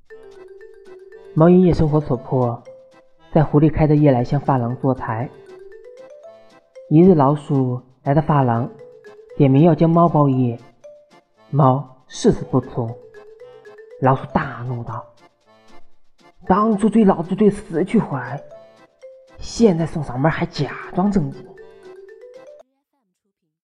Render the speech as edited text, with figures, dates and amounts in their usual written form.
猫因夜生活所迫，在湖里开的夜来向发廊坐台。一日，老鼠来到发廊，点名要将猫包夜。猫誓死不从。老鼠大怒道：“当初追老子追死去活来，现在送上门还假装正经。”